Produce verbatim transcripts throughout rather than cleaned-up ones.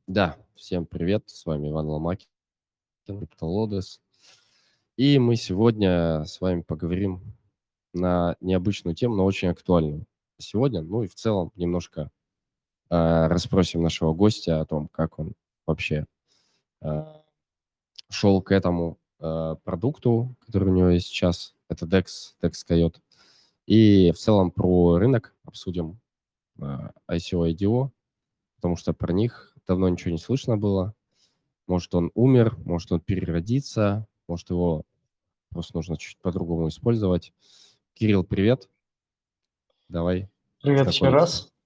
Да, всем привет, с вами Иван Ломакин, CryptoLodes. И мы сегодня с вами поговорим на необычную тему, но очень актуальную сегодня. Ну и в целом немножко э, расспросим нашего гостя о том, как он вообще э, шел к этому э, продукту, который у него есть сейчас. Это DEX, DEX Coyot. И в целом про рынок обсудим э, ай си о, ай ди о, потому что про них давно ничего не слышно было. Может, он умер, может, он переродится, может, его просто нужно чуть по-другому использовать. Кирилл, привет. Давай Привет еще знакомиться. раз.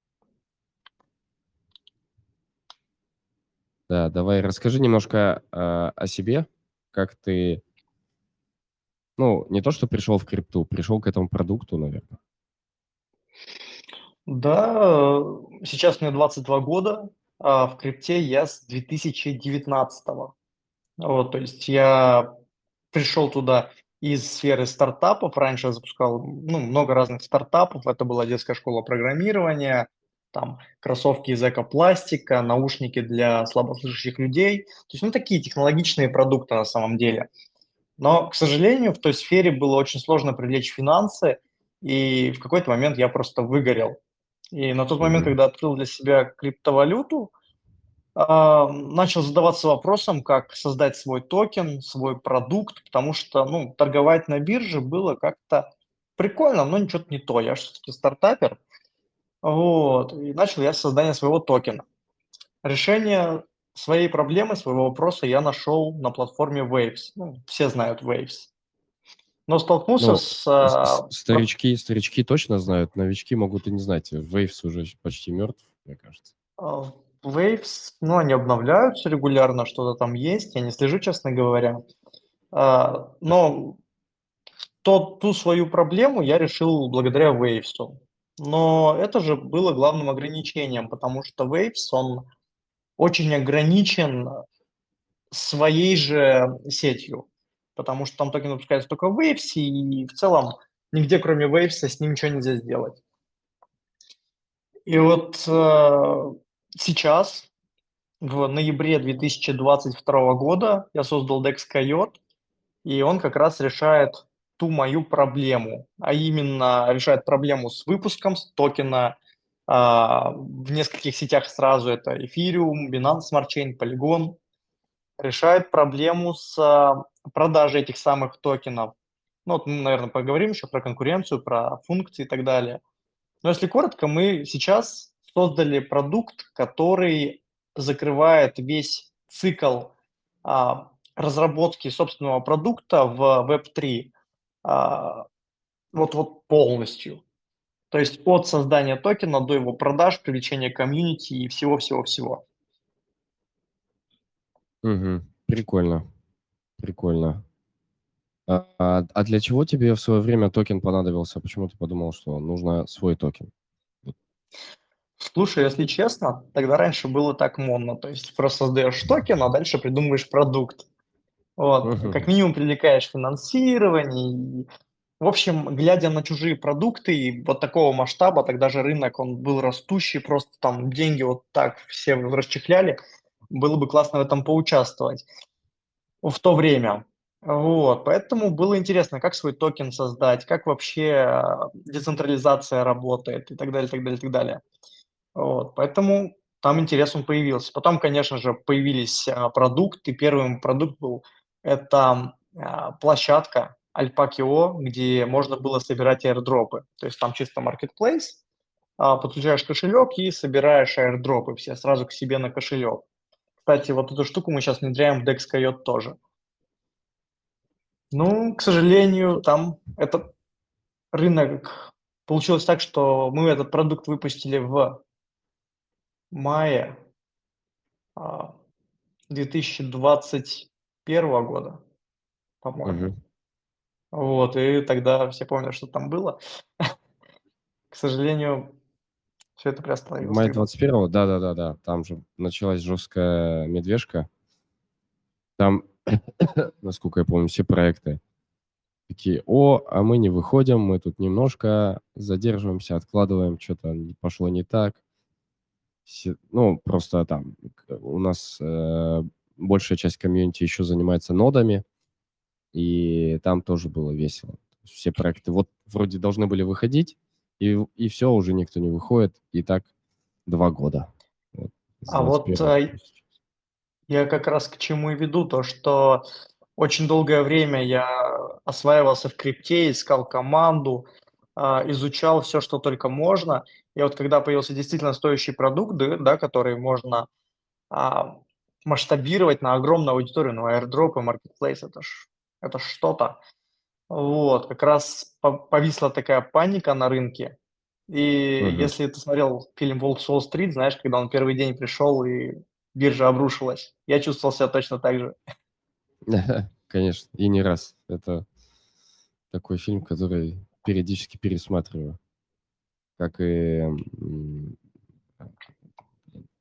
Да, давай расскажи немножко э, о себе, как ты, ну, не то, что пришел в крипту, пришел к этому продукту, наверное. Да, э, сейчас мне двадцать два года, а в крипте я с две тысячи девятнадцатого. Вот, то есть я пришел туда из сферы стартапов. Раньше я запускал, ну, много разных стартапов. Это была детская школа программирования, там кроссовки из экопластика, наушники для слабослышащих людей. То есть, ну, такие технологичные продукты на самом деле. Но, к сожалению, в той сфере было очень сложно привлечь финансы, и в какой-то момент я просто выгорел. И на тот момент, Мгм. когда открыл для себя криптовалюту, а, начал задаваться вопросом, как создать свой токен, свой продукт, потому что, ну, торговать на бирже было как-то прикольно, но ничего не то. Я же все-таки стартапер. Вот. И начал я с создания своего токена. Решение своей проблемы, своего вопроса я нашел на платформе Waves. Ну, все знают Waves. Но столкнулся Ну, с, с- с- а, про старички, старички точно знают, новички могут и не знать. Waves уже почти мертв, мне кажется. а, Waves, ну, они обновляются регулярно, что-то там есть, я не слежу, честно говоря. А, но то ту свою проблему я решил благодаря Waves. Но это же было главным ограничением, потому что Waves, он очень ограничен своей же сетью, потому что там токен выпускается только в Waves, и в целом нигде, кроме Waves, с ним ничего нельзя сделать. И вот э, сейчас, в ноябре две тысячи двадцать второго года, я создал DEX Coyot, и он как раз решает ту мою проблему, а именно решает проблему с выпуском с токена а, в нескольких сетях сразу. Это Ethereum, Binance Smart Chain, Polygon. Решает проблему с а, продажей этих самых токенов. Ну, вот мы, наверное, поговорим еще про конкуренцию, про функции и так далее. Но если коротко, мы сейчас создали продукт, который закрывает весь цикл а, разработки собственного продукта в веб три а, вот, вот полностью. То есть от создания токена до его продаж, привлечения комьюнити и всего-всего-всего. Мгм. Прикольно, прикольно. А, а а для чего тебе в свое время токен понадобился? Почему ты подумал, что нужно свой токен? Вот. Слушай, если честно, тогда раньше было так модно. То есть просто создаешь токен, а дальше придумываешь продукт. Вот. Как Мгм. минимум привлекаешь финансирование. И, в общем, глядя на чужие продукты и вот такого масштаба, тогда же рынок, он был растущий, просто там деньги вот так все расчехляли. Было бы классно в этом поучаствовать в то время. Вот, поэтому было интересно, как свой токен создать, как вообще а, децентрализация работает и так далее, так далее, так далее. Вот, поэтому там интерес он появился. Потом, конечно же, появились а, продукты. Первый продукт был это а, площадка Alpaca.io, где можно было собирать аирдропы. То есть там чисто marketplace, а, подключаешь кошелек и собираешь аирдропы все сразу к себе на кошелек. Кстати, вот эту штуку мы сейчас внедряем в DEX Coyot тоже. Ну, к сожалению, там этот рынок получилось так, что мы этот продукт выпустили в мае а, две тысячи двадцать первого года, по-моему. Мгм. Вот, и тогда все помнят, что там было. К сожалению, все это В приостановилось мае тогда. двадцать первого, да-да-да-да, там же началась жесткая медвежка. Там, насколько я помню, все проекты такие: о, а мы не выходим, мы тут немножко задерживаемся, откладываем, что-то пошло не так. се ну, просто там к у нас, э, большая часть комьюнити еще занимается нодами, и там тоже было весело. Все проекты вот вроде должны были выходить, и в и всё, уже никто не выходит. И так два года. Вот с А двадцать вот, первого а, по сейчас. я как раз к чему и веду, то что очень долгое время я осваивался в крипте, искал команду, а, изучал всё, что только можно. И вот когда появился действительно стоящий продукт, д да, который можно, а, масштабировать на огромную аудиторию, ну, "Аирдроп" и "Маркетплейс" — это ж это ж что-то. Вот, как раз по повисла такая паника на рынке. И Мгм. если ты смотрел фильм "Волк с Уолл-стрит", знаешь, когда он первый день пришел и биржа обрушилась, я чувствовал себя точно так же. Конечно, и не раз. Это такой фильм, который периодически пересматриваю. Как и, м, а, как это, блин.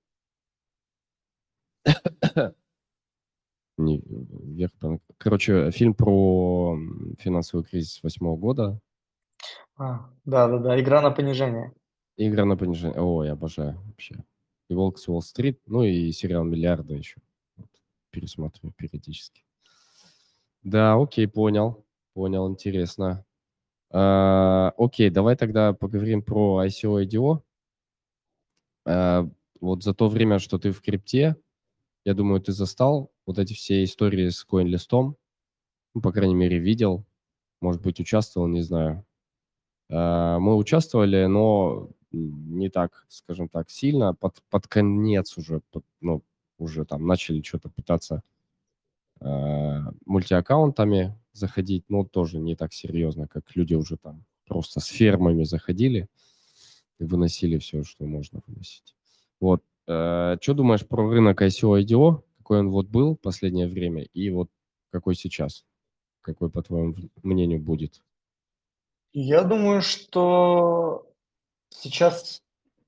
Не "Вверх по". Короче, фильм про, м, финансовый кризис восьмого года. А, да-да-да, "Игра на понижение". "Игра на понижение". Ой, обожаю вообще. И "Волк с Уолл-стрит", ну и сериал "Миллиарды" еще вот пересматриваю периодически. Да, окей, понял понял, интересно. А, окей, давай тогда поговорим про ай си о, ай ди о. А, вот за то время, что ты в крипте, я думаю, ты застал вот эти все истории с CoinList'ом. Ну, по крайней мере, видел, может быть, участвовал, не знаю. А, мы участвовали, но не так, скажем так, сильно. Под под конец уже, под ну, уже там начали чё-то пытаться, а, мультиаккаунтами заходить, но тоже не так серьезно, как люди уже там просто с фермами заходили и выносили всё, что можно выносить. Вот, э, чё думаешь про рынок ай си о, ай ди о? Какой он вот был последнее время и вот какой сейчас? Какой, по твоему в мнению, будет? Я думаю, что сейчас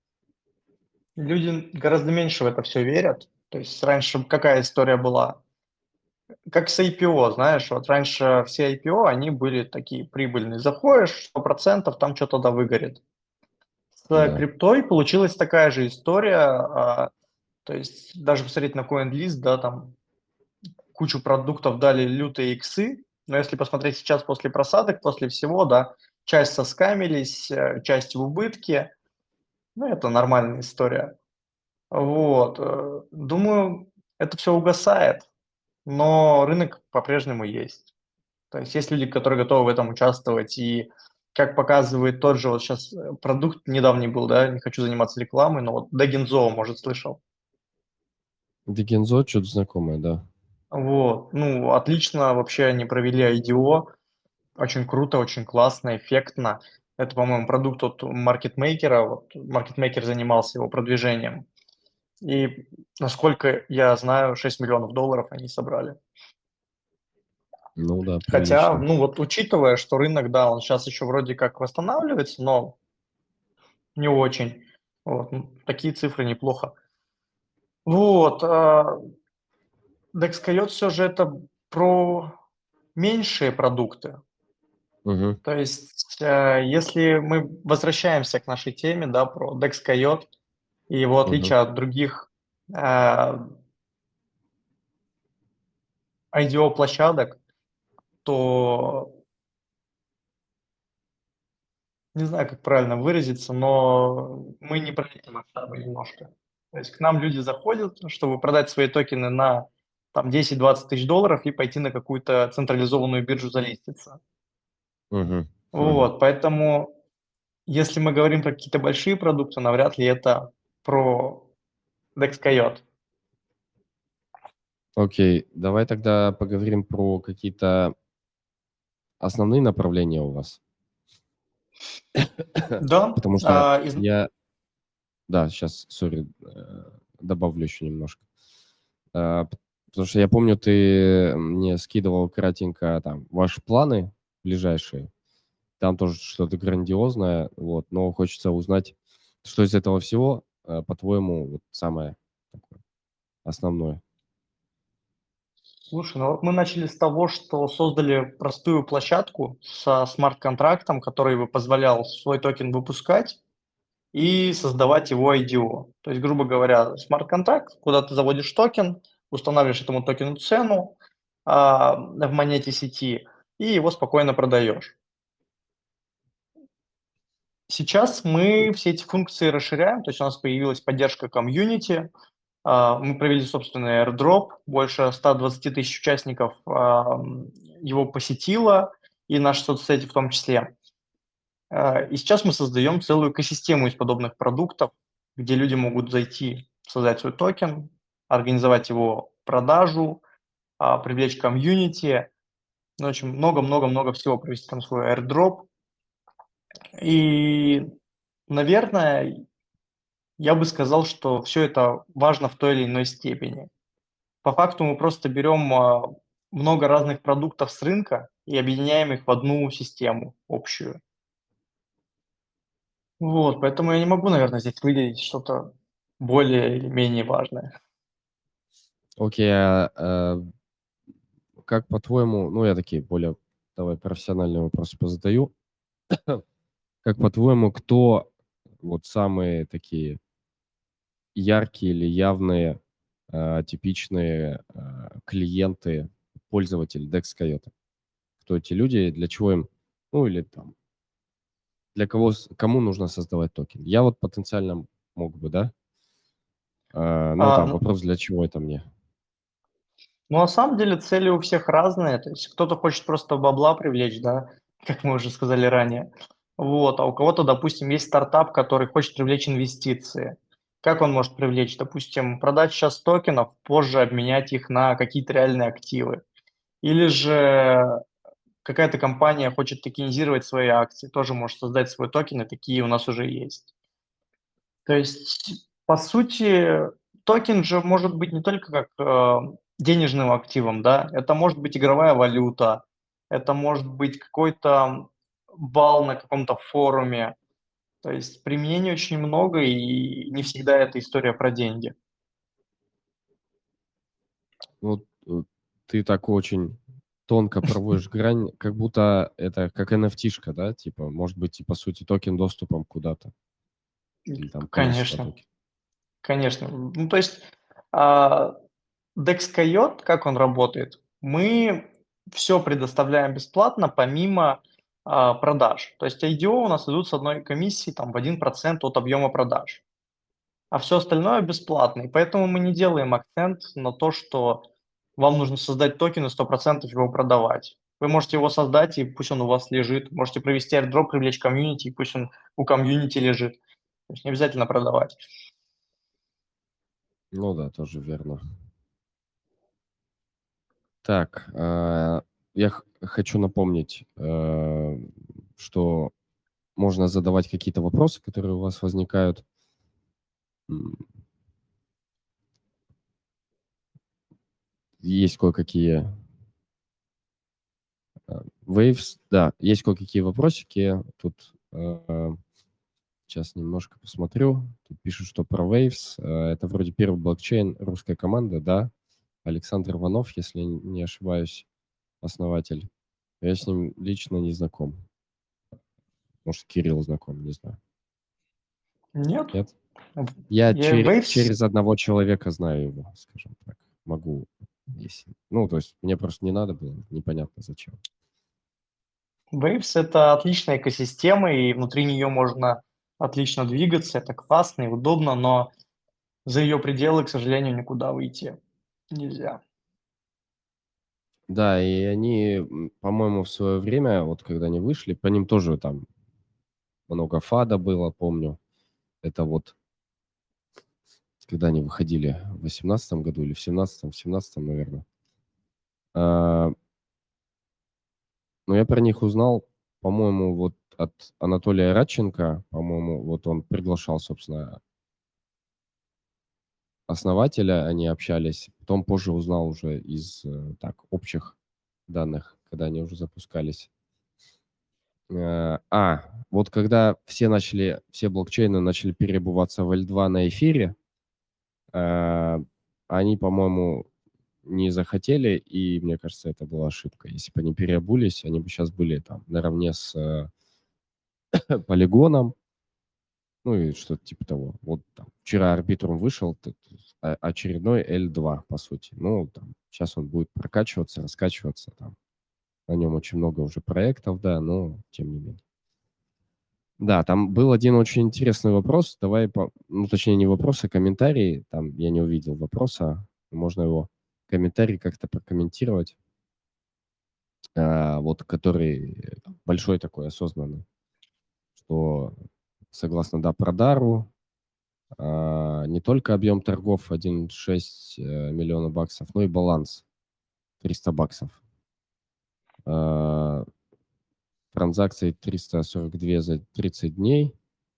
люди гораздо меньше в это всё верят. То есть раньше какая история была? Как с ай пи о, знаешь, вот раньше все ай пи о, они были такие прибыльные. Заходишь, сто процентов там чё-то да выгорит. С Да. криптой получилась такая же история. А, то есть даже посмотреть на CoinList, да, там кучу продуктов дали лютые иксы, но если посмотреть сейчас после просадок, после всего, да, часть соскамились, э, часть в убытке. Ну, это нормальная история. Вот, э, думаю, это всё угасает, но рынок по-прежнему есть. То есть есть люди, которые готовы в этом участвовать. И как показывает тот же вот щас, э, продукт недавний был, да, не хочу заниматься рекламой, но вот Degenzoo, может, слышал? Degenzoo чё-то знакомое, да. Вот, ну, отлично вообще они провели ай ди о. Очень круто, очень классно, эффектно. Это, по-моему, продукт от маркетмейкера. Вот маркетмейкер занимался его продвижением. И, насколько я знаю, шесть миллионов долларов они собрали. Ну да, Хотя, прилично. ну, вот учитывая, что рынок, да, он щас еще вроде как восстанавливается, но не очень. Вот, ну, такие цифры неплохо. Вот, а DexKayo всё же это про меньшие продукты. Мгм. То есть, э, если мы возвращаемся к нашей теме, да, про DexKayo и его Мгм. отличие от других, а ай ди о-площадок, то не знаю, как правильно выразиться, но мы не про эти масштабы немножко. То есть к нам люди заходят, чтобы продать свои токены на там десять двадцать тысяч долларов и пойти на какую-то централизованную биржу залиститься. Мгм, мгм. Вот, поэтому, если мы говорим про какие-то большие продукты, навряд ли это про DexKayo. Окей, давай тогда поговорим про какие-то основные направления у вас. Да, Потому что а, из я Да, щас, сори, э, добавлю еще немножко. А, п потому что я помню, ты мне скидывал кратенько там ваши планы ближайшие. Там тоже что-то грандиозное, вот, но хочется узнать, что из этого всего, э, по-твоему, вот самое такое основное? Слушай, ну вот мы начали с того, что создали простую площадку со смарт-контрактом, который бы позволял свой токен выпускать. и создавать его ай ди о. То есть, грубо говоря, смарт-контракт, куда ты заводишь токен, устанавливаешь этому токену цену а, в монете сети и его спокойно продаешь. Сейчас мы все эти функции расширяем, то есть у нас появилась поддержка комьюнити, а, мы провели собственный airdrop, больше ста двадцати тысяч участников ам, его посетило, и наши соцсети в том числе. А, И сейчас мы создаем целую экосистему из подобных продуктов, где люди могут зайти, создать свой токен, организовать его продажу, а, привлечь комьюнити, ну, в общем, много-много-много всего, провести там свой airdrop. И, наверное, я бы сказал, что все это важно в той или иной степени. По факту мы просто берем, а, много разных продуктов с рынка и объединяем их в одну систему общую. Вот, поэтому я не могу, наверное, здесь выделить что-то более или менее важное. Окей, а, а, как по-твоему, ну, я такие более, давай, профессиональные вопросы позадаю. Как по-твоему, кто вот самые такие яркие или явные, а, типичные, а, клиенты, пользователи Dex Coyote? Кто эти люди, для чего им, ну, или там, для кого, с кому нужно создавать токен? Я вот потенциально мог бы, да? А, ну, А, там ну вопрос, для чего это мне? ну, на самом деле цели у всех разные. То есть кто-то хочет просто бабла привлечь, да, как мы уже сказали ранее. Вот, а у кого-то, допустим, есть стартап, который хочет привлечь инвестиции. Как он может привлечь? Допустим, продать сейчас токенов, позже обменять их на какие-то реальные активы. Или же какая-то компания хочет токенизировать свои акции, тоже может создать свой токен, и такие у нас уже есть. То есть, по сути, токен же может быть не только как, э, денежным активом, да, это может быть игровая валюта, это может быть какой-то балл на каком-то форуме. То есть применений очень много, и не всегда это история про деньги. Вот, э, ты так очень тонко проводишь грань, как будто это как эн эф ти-шка, да? Типа, может быть, и по сути токен доступом куда-то или там количество Конечно, токенов. конечно. Ну, то есть, а, Dexcoyote, как он работает? Мы все предоставляем бесплатно помимо, а, продаж. То есть ай ди о у нас идут с одной комиссии там в один процент от объема продаж, а все остальное бесплатно. И поэтому мы не делаем акцент на то, что вам нужно создать токен и сто процентов его продавать. Вы можете его создать, и пусть он у вас лежит. Можете провести airdrop, привлечь комьюнити, и пусть он у комьюнити лежит. То есть не обязательно продавать. Ну да, тоже верно. Так, а, я х хочу напомнить, э, что можно задавать какие-то вопросы, которые у вас возникают. М, есть кое-какие, а, waves, да, есть кое-какие вопросики. Тут, э Сейчас немножко посмотрю. Тут пишут, что про Waves. э, Это вроде первый блокчейн русской команды, да? Александр Иванов, если не ошибаюсь, основатель. Я с ним лично не знаком. Может, Кирилл знаком, не знаю. Нет. Нет? В Я я чер- Waves через одного человека знаю его, скажем так. Могу, если... Ну, то есть мне просто не надо было, непонятно зачем. Waves — это отличная экосистема, и внутри нее можно отлично двигаться. Это классно и удобно, но за ее пределы, к сожалению, никуда выйти нельзя. Да, и они, м, по-моему, в свое время, вот когда они вышли, по ним тоже там много фада было, помню. Это вот когда они выходили в восемнадцатом году или в семнадцатом, в семнадцатом, наверное. А, но я про них узнал, по-моему, вот от Анатолия Радченко, по-моему, вот он приглашал, собственно, основателя, они общались. Потом позже узнал уже из, э, так, общих данных, когда они уже запускались. Э, а, вот когда все начали, все блокчейны начали переобуваться в эль два на эфире, э, они, по-моему, не захотели, и мне кажется, это была ошибка. Если бы они переобулись, они бы сейчас были там наравне с э, полигоном, Ну и что-то типа того. Вот там вчера Arbitrum вышел, т- т- а- очередной эль два, по сути. Ну, там, сейчас он будет прокачиваться, раскачиваться. Там. На нем очень много уже проектов, да, но тем не менее. Да, там был один очень интересный вопрос. Давай, по... ну, точнее, не вопрос, а комментарий. Там я не увидел вопроса. Можно его комментарий как-то прокомментировать. А, вот который э, большой такой, осознанный. Что согласно, да, Продару, а, не только объем торгов один целых шесть э, миллиона баксов, но и баланс триста баксов. А, транзакции триста сорок две за тридцать дней.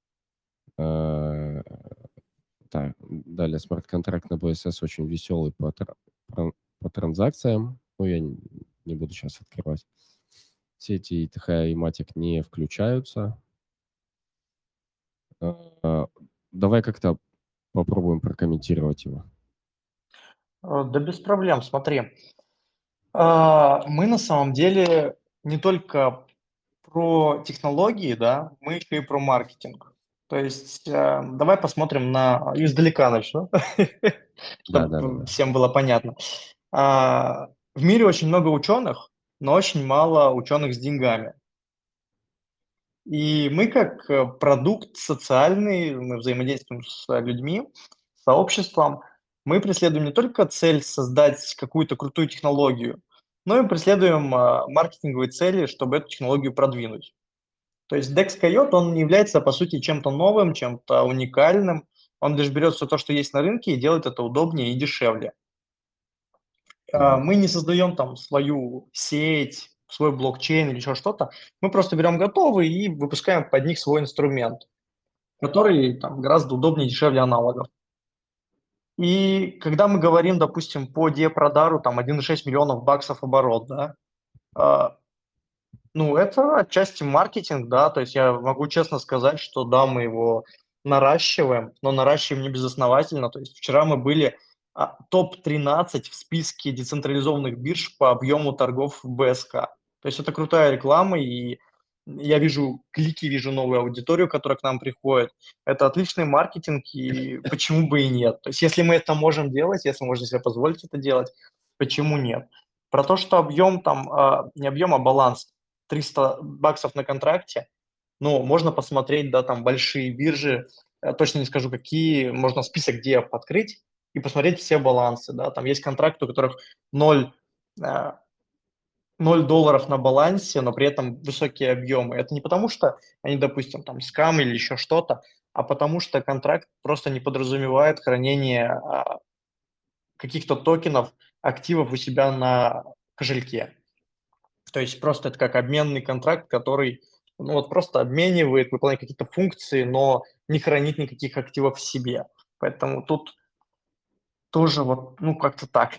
А, так, далее смарт-контракт на би эс эс очень веселый по, тра- про- по транзакциям. Ну, я не, не буду сейчас открывать. Сети и ТХ и Матик не включаются. А, давай как-то попробуем прокомментировать его. Э, Да без проблем, смотри. А, Мы на самом деле не только про технологии, да, мы еще и про маркетинг. То есть э, давай посмотрим на... Издалека начну, Да, да, да, чтобы да. всем было понятно. А, В мире очень много ученых, но очень мало ученых с деньгами. И мы как э, продукт социальный, мы взаимодействуем с э, людьми, сообществом, мы преследуем не только цель создать какую-то крутую технологию, но и преследуем а, маркетинговые цели, чтобы эту технологию продвинуть. То есть Dex Coyote, он не является, по сути, чем-то новым, чем-то уникальным. Он лишь берет все то, что есть на рынке, и делает это удобнее и дешевле. А, Мгм. Мы не создаем там свою сеть, свой блокчейн или еще что-то. Мы просто берем готовый и выпускаем под них свой инструмент, который там гораздо удобнее и дешевле аналогов. И когда мы говорим, допустим, по Депродару, там один целых шесть миллионов баксов оборот, да, а, ну, это отчасти маркетинг, да, то есть я могу честно сказать, что да, мы его наращиваем, но наращиваем не безосновательно. То есть вчера мы были а, топ тринадцать в списке децентрализованных бирж по объему торгов в бэ эс ка. То есть это крутая реклама, и я вижу клики, вижу новую аудиторию, которая к нам приходит. Это отличный маркетинг, и почему бы и нет? То есть если мы это можем делать, если можно себе позволить это делать, почему нет? Про то, что объем там, а, не объем, а баланс триста баксов на контракте, ну, можно посмотреть, да, там большие биржи, э, точно не скажу какие, можно список диап открыть и посмотреть все балансы, да, там есть контракты, у которых ноль, э, ноль долларов на балансе, но при этом высокие объемы. Это не потому, что они, допустим, там скам или еще что-то, а потому что контракт просто не подразумевает хранение а, каких-то токенов, активов у себя на кошельке. То есть просто это как обменный контракт, который ну, вот просто обменивает, выполняет какие-то функции, но не хранит никаких активов в себе. Поэтому тут тоже вот, ну, как-то так.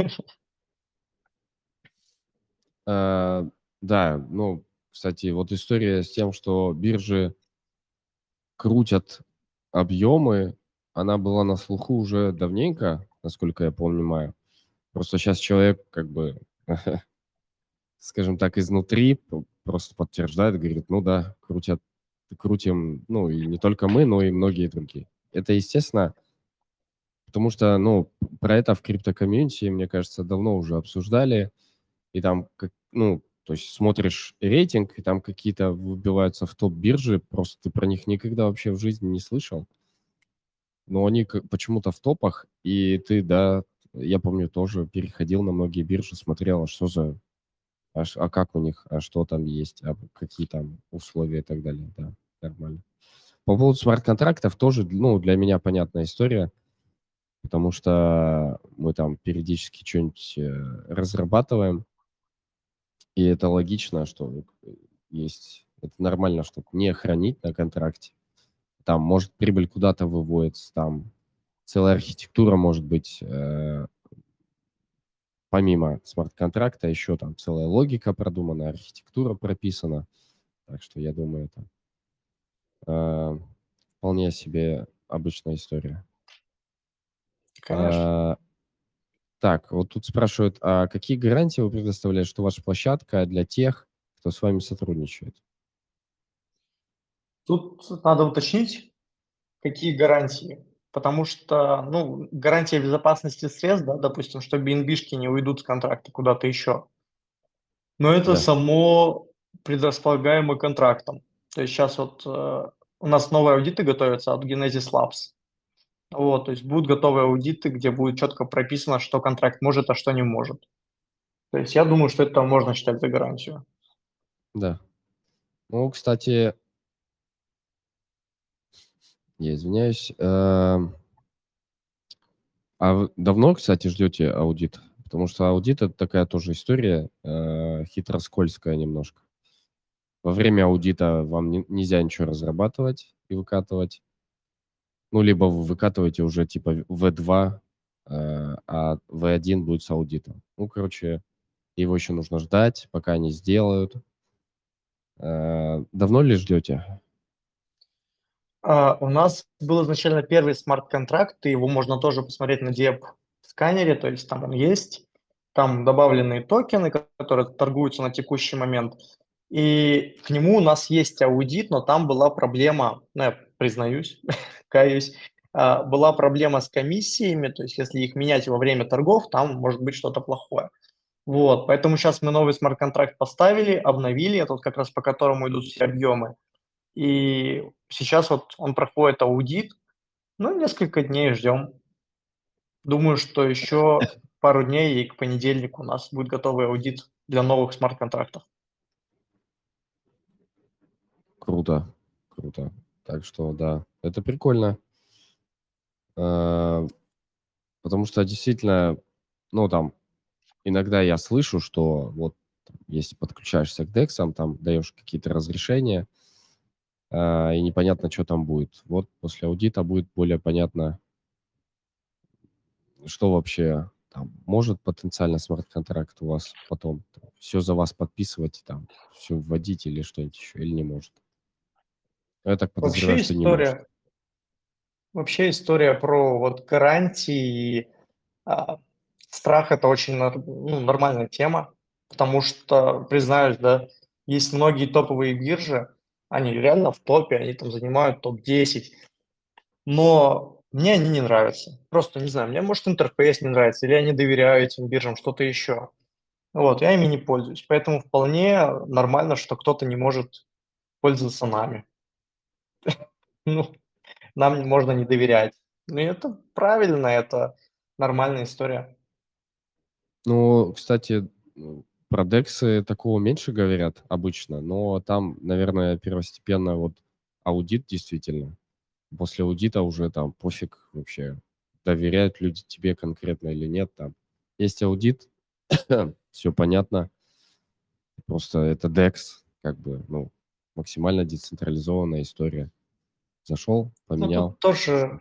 А, да, ну, кстати, вот история с тем, что биржи крутят объемы, она была на слуху уже давненько, насколько я понимаю. Просто сейчас человек, как бы, скажем так, изнутри п- просто подтверждает, говорит, ну да, крутят, крутим, ну и не только мы, но и многие другие. Это, естественно, потому что, ну, про это в крипто-комьюнити, мне кажется, давно уже обсуждали. И там, как, ну, то есть смотришь рейтинг, и там какие-то выбиваются в топ биржи, просто ты про них никогда вообще в жизни не слышал. Но они как- почему-то в топах, и ты, да, я помню, тоже переходил на многие биржи, смотрел, а что за, а, ш- а как у них, а что там есть, а какие там условия и так далее, да, нормально. По поводу смарт-контрактов тоже, ну, для меня понятная история, потому что мы там периодически что-нибудь э, разрабатываем, и это логично, что э, есть, это нормально, чтобы не хранить на контракте. Там, может, прибыль куда-то выводится, там целая архитектура может быть, э, помимо смарт-контракта, еще там целая логика продумана, архитектура прописана. Так что я думаю, это э, вполне себе обычная история. Конечно. А, так, вот тут спрашивают, а какие гарантии вы предоставляете, что ваша площадка для тех, кто с вами сотрудничает? Тут надо уточнить. какие гарантии. Потому что, ну, гарантия безопасности средств, да, допустим, что би эн би-шки не уйдут с контракта куда-то еще. Но это Да, само предрасполагаемо контрактом. То есть сейчас вот э, у нас новые аудиты готовятся от Genesis Labs. Вот, то есть будут готовые аудиты, где будет четко прописано, что контракт может, а что не может. То есть я думаю, что это можно считать за гарантию. да. Ну, кстати, я извиняюсь, эм, а вы давно, кстати, ждете аудит? Потому что аудит- это такая тоже история, э, хитро-скользкая немножко. Во время аудита вам не нельзя ничего разрабатывать и выкатывать. Ну, либо вы выкатываете уже типа в два, э, а в один будет с аудитом. Ну, короче, его еще нужно ждать, пока они сделают. Э, давно ли ждете? А, у нас был изначально первый смарт-контракт, и его можно тоже посмотреть на Диэп-сканере, то есть там он есть, там добавленные токены, ко- которые торгуются на текущий момент, и к нему у нас есть аудит, но там была проблема, ну, я признаюсь, каюсь, а, была проблема с комиссиями, то есть если их менять во время торгов, там может быть что-то плохое. Вот, поэтому сейчас мы новый смарт-контракт поставили, обновили, это вот как раз по которому идут все объемы. И сейчас вот он проходит аудит, ну, несколько дней ждем. Думаю, что еще пару дней и к понедельнику у нас будет готовый аудит для новых смарт-контрактов. Круто, круто. Так что да, это прикольно. Э, потому что действительно, ну, там иногда я слышу, что вот там, если подключаешься к дексам, там даешь какие-то разрешения, а, и непонятно, что там будет. Вот после аудита будет более понятно, что вообще там может потенциально смарт-контракт у вас потом все за вас подписывать, там все вводить или что-нибудь еще, или не может. Я так подозреваю, Вообще что не может. история, вообще история про вот гарантии и а, страх – это очень нор- ну, нормальная тема, потому что, признаюсь, да, есть многие топовые биржи, они реально в топе, они там занимают топ десять. Но мне они не нравятся. Просто не знаю, мне, может, интерфейс не нравится, или я не доверяю этим биржам, что-то еще. Вот, я ими не пользуюсь. Поэтому вполне нормально, что кто-то не может пользоваться нами. Ну, нам можно не доверять. Ну, и это правильно, это нормальная история. Ну, кстати, ну, про дексы такого меньше говорят обычно, но там, наверное, первостепенно вот аудит действительно. После аудита уже там пофиг вообще, доверяют люди тебе конкретно или нет там. Есть аудит, все понятно, просто это декс, как бы, ну, максимально децентрализованная история. Зашел, Ну, поменял. тут тоже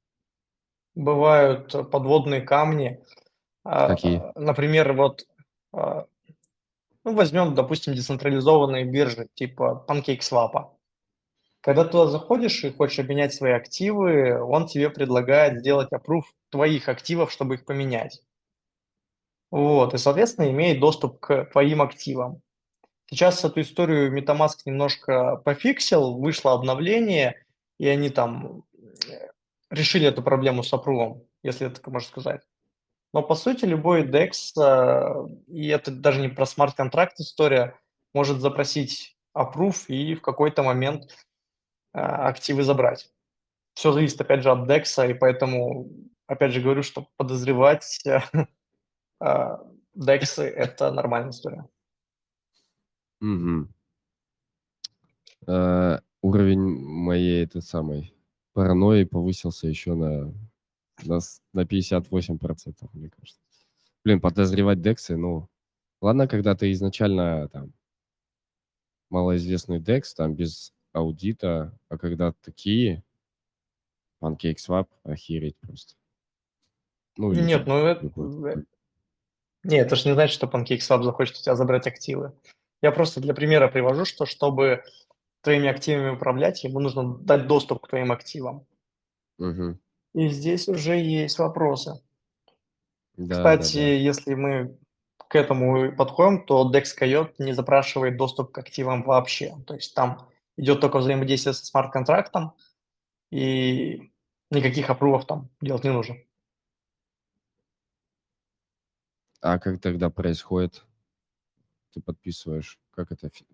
бывают э, подводные камни. Какие? А, Например, вот, а, ну, возьмем, допустим, децентрализованные биржи типа PancakeSwap. Когда туда заходишь и хочешь обменять свои активы, он тебе предлагает сделать approve твоих активов, чтобы их поменять. Вот, и, соответственно, имеет доступ к твоим активам. Сейчас эту историю MetaMask немножко пофиксил, вышло обновление, и они там э, решили эту проблему с апрувом, если это можно сказать. Но по сути любой декс, э, и это даже не про смарт-контракт история, может запросить approve и в какой-то момент э, активы забрать. Все зависит, опять же, от декса, и поэтому, опять же, говорю, что подозревать а, дексы – это нормальная история. Мгм. Э, уровень моей этой самой паранойи повысился еще на на с на пятьдесят восемь процентов, мне кажется. Блин, подозревать дексы, ну, ладно, когда ты изначально там малоизвестный декс, там без аудита, а когда такие, PancakeSwap, охереть просто. Ну, или Нет, там ну это, какой-то э, другой. не, это же не значит, что PancakeSwap захочет у тебя забрать активы. Я просто для примера привожу, что чтобы твоими активами управлять, ему нужно дать доступ к твоим активам. Мгм. И здесь уже есть вопросы. Кстати, Да-да-да. если мы к этому и подходим, то Dex Coyote не запрашивает доступ к активам вообще. То есть там идет только взаимодействие со смарт-контрактом, и никаких апрувов там делать не нужно. А как тогда происходит? Ты подписываешь, как это? фи-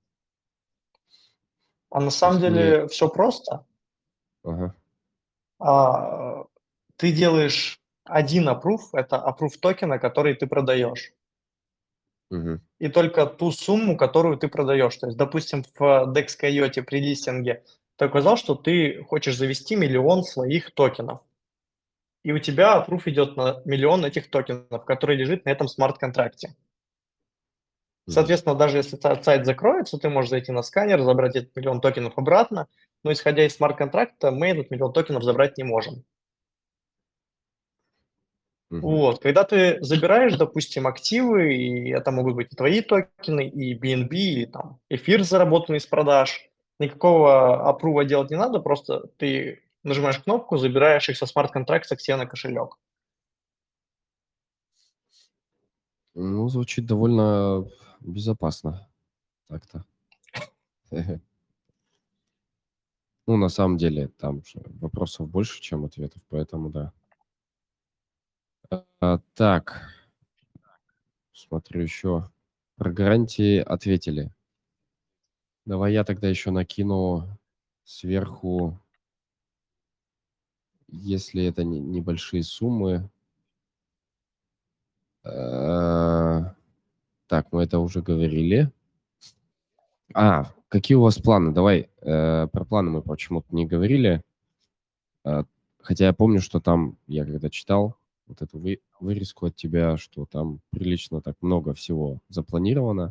А на То самом есть не... деле все просто. Ага. А, ты делаешь один аппрув — это аппрув токена, который ты продаешь, Мгм. и только ту сумму, которую ты продаешь. То есть, допустим, в декс Coyote при листинге ты указал, что ты хочешь завести миллион своих токенов, и у тебя аппрув идет на миллион этих токенов, который лежит на этом смарт-контракте. Мгм. Соответственно, даже если та сайт закроется, ты можешь зайти на сканер, забрать этот миллион токенов обратно, но исходя из смарт-контракта мы этот миллион токенов забрать не можем. Мгм. Вот, когда ты забираешь, допустим, активы, и это могут быть и твои токены, и би эн би, и там эфир, заработанный с продаж, никакого апрува делать не надо, просто ты нажимаешь кнопку, забираешь их со смарт-контракта к себе на кошелек. Ну, звучит довольно безопасно. Так-то. Ну, на самом деле, там же вопросов больше, чем ответов, поэтому да. А, так, смотрю еще. Про гарантии ответили. Давай я тогда еще накину сверху, если это не- небольшие суммы. Э, Так, мы это уже говорили. А, какие у вас планы? Давай, э, про планы мы почему-то не говорили. Э, Хотя я помню, что там, я когда читал вот эту вы- вырезку от тебя, что там прилично так много всего запланировано.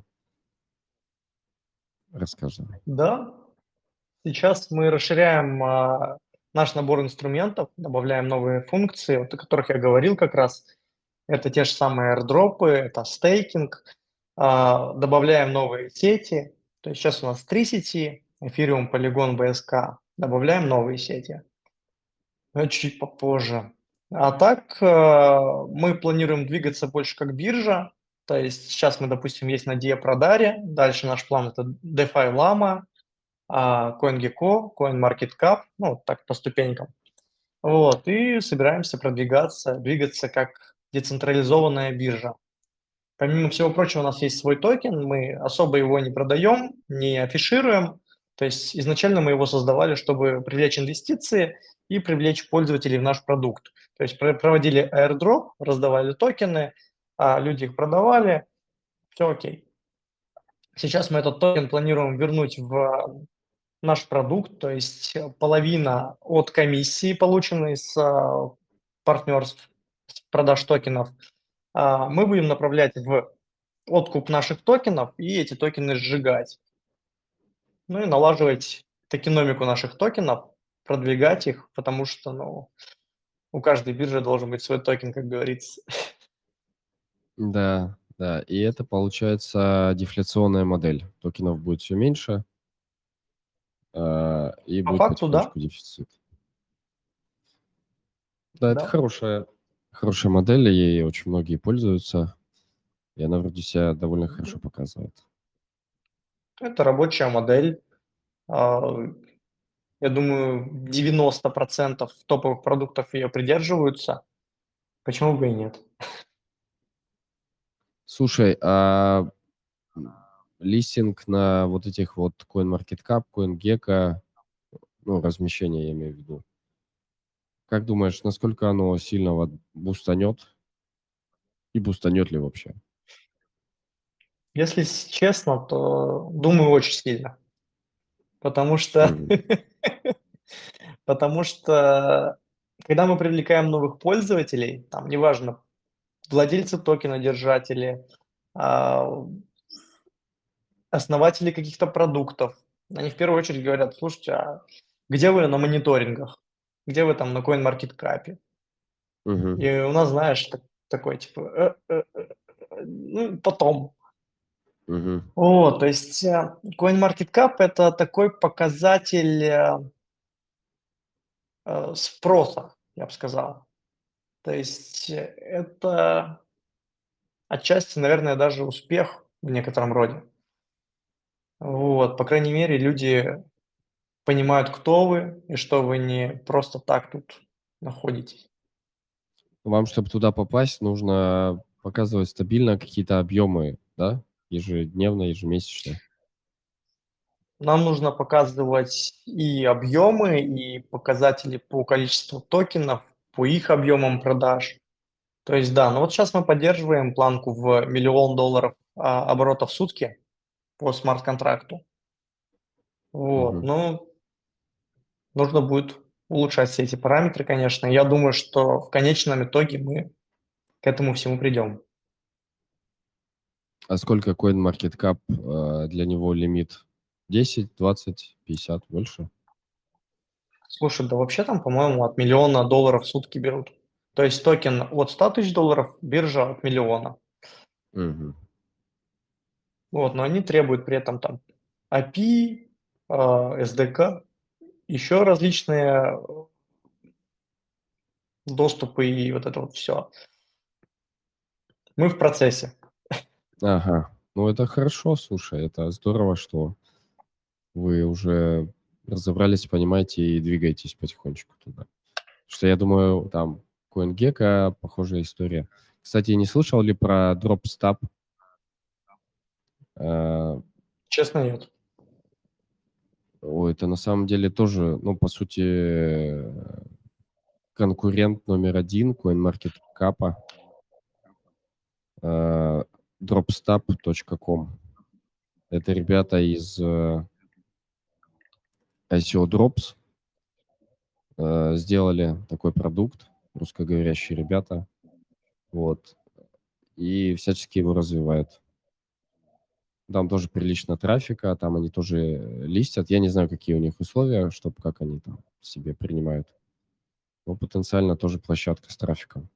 Рассказывай. Да, сейчас мы расширяем а, наш набор инструментов, добавляем новые функции, вот о которых я говорил как раз. Это те же самые airdropы, это стейкинг, а, добавляем новые сети. То есть сейчас у нас три сети, Ethereum, Polygon, би эс кей. Добавляем новые сети. Но это чуть-чуть попозже. А так, э, мы планируем двигаться больше как биржа. То есть сейчас мы, допустим, есть на Диапродаре. Дальше наш план — это DeFi Lama, а, CoinGecko, CoinMarketCap, ну, вот так по ступенькам. Вот, и собираемся продвигаться, двигаться как децентрализованная биржа. Помимо всего прочего, у нас есть свой токен, мы особо его не продаем, не афишируем. То есть изначально мы его создавали, чтобы привлечь инвестиции и привлечь пользователей в наш продукт. То есть про- проводили airdrop, раздавали токены, а люди их продавали, все окей. Сейчас мы этот токен планируем вернуть в наш продукт, то есть э, половина от комиссии, полученной с а, партнерств, с продаж токенов, а, мы будем направлять в откуп наших токенов и эти токены сжигать. Ну и налаживать токеномику наших токенов, продвигать их, потому что, ну, у каждой биржи должен быть свой токен, как говорится. Да, да. И это получается дефляционная модель. Токенов будет все меньше, а, и По будет факту, да, потихонечку дефицит. Да, это да. хорошая, хорошая модель, и ей очень многие пользуются. И она вроде себя довольно хорошо показывает. Это рабочая модель. А, Я думаю, девяносто процентов топовых продуктов ее придерживаются. Почему бы и нет? Слушай, а м, листинг на вот этих вот CoinMarketCap, CoinGecko, ну, размещение я имею в виду. Как думаешь, насколько оно сильно вот бустанет и бустанет ли вообще? Если с- честно, то думаю очень сильно. Потому что, Мгм. потому что когда мы привлекаем новых пользователей, там неважно, владельцы токена, держатели, а, основатели каких-то продуктов, они в первую очередь говорят: слушайте, а где вы на мониторингах? Где вы там на CoinMarketCap? Мгм. И у нас, знаешь, так- такой типа, «Э, э, э, э, ну, потом. Мгм. Вот, то есть э, CoinMarketCap — это такой показатель э, э, спроса, я бы сказал. То есть э, это отчасти, наверное, даже успех в некотором роде. Вот, по крайней мере, люди понимают, кто вы и что вы не просто так тут находитесь. Вам, чтобы туда попасть, нужно показывать стабильно какие-то объемы, да? Ежедневно, ежемесячно. Нам нужно показывать и объемы, и показатели по количеству токенов, по их объемам продаж. То есть, да, ну вот сейчас мы поддерживаем планку в миллион долларов а, оборота в сутки по смарт-контракту. Вот, Мгм. ну, нужно будет улучшать все эти параметры, конечно. Я думаю, что в конечном итоге мы к этому всему придем. А сколько CoinMarketCap, э, для него лимит? десять, двадцать, пятьдесят, больше? Слушай, да вообще там, по-моему, от миллиона долларов в сутки берут. То есть токен от ста тысяч долларов, биржа от миллиона. Мгм. Вот, но они требуют при этом там эй пи ай, а, эс ди кей, еще различные доступы и вот это вот все. Мы в процессе. Ага. Ну, это хорошо, слушай, это здорово, что вы уже разобрались, понимаете и двигаетесь потихонечку туда. Что я думаю, там CoinGecko, похожая история. Кстати, не слышал ли про DropStab? Э, Честно, нет. Ой, это на самом деле тоже, ну, по сути, э, конкурент номер один CoinMarketCap, э, dropstab точка ком. Это ребята из э, ай си о Drops э, сделали такой продукт, русскоговорящие ребята, вот, и всячески его развивают. Там тоже прилично трафика, там они тоже э, листят. Я не знаю, какие у них условия, чтобы как они там себе принимают. Но потенциально тоже площадка с трафиком.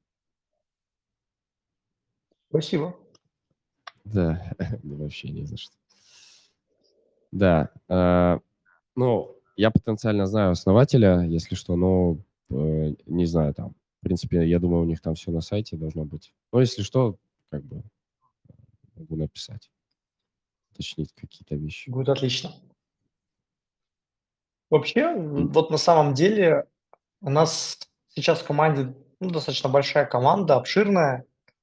Спасибо. Да, да вообще не за что. Да, э, ну, я потенциально знаю основателя, если что, но э, не знаю там. В принципе, я думаю, у них там все на сайте должно быть. Но если что, как бы могу написать, уточнить какие-то вещи. Будет отлично. Вообще, М, м, вот на самом деле у нас сейчас в команде, ну, достаточно большая команда, обширная,